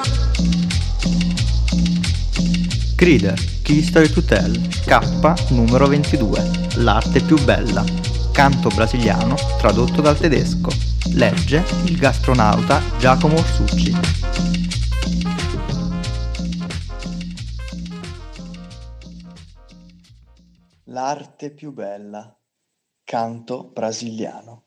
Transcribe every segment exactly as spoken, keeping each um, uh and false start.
Crider, Key Story to Tell, K numero ventidue, l'arte più bella, canto brasiliano tradotto dal tedesco, legge il gastronauta Giacomo Orsucci. L'arte più bella, canto brasiliano.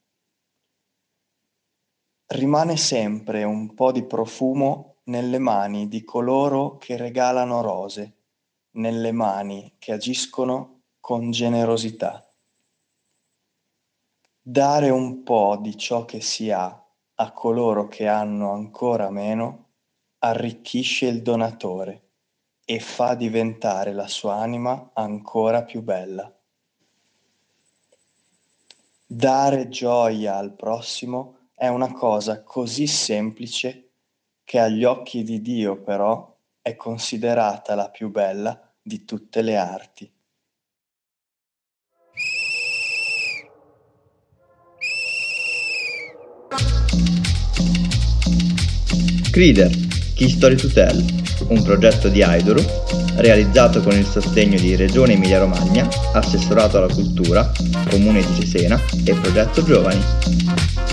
Rimane sempre un po' di profumo nelle mani di coloro che regalano rose, nelle mani che agiscono con generosità. Dare un po' di ciò che si ha a coloro che hanno ancora meno arricchisce il donatore e fa diventare la sua anima ancora più bella. Dare gioia al prossimo è una cosa così semplice che agli occhi di Dio però è considerata la più bella di tutte le arti. Crider, Key Story to Tell, un progetto di Aidoru, realizzato con il sostegno di Regione Emilia-Romagna, Assessorato alla Cultura, Comune di Cesena e Progetto Giovani.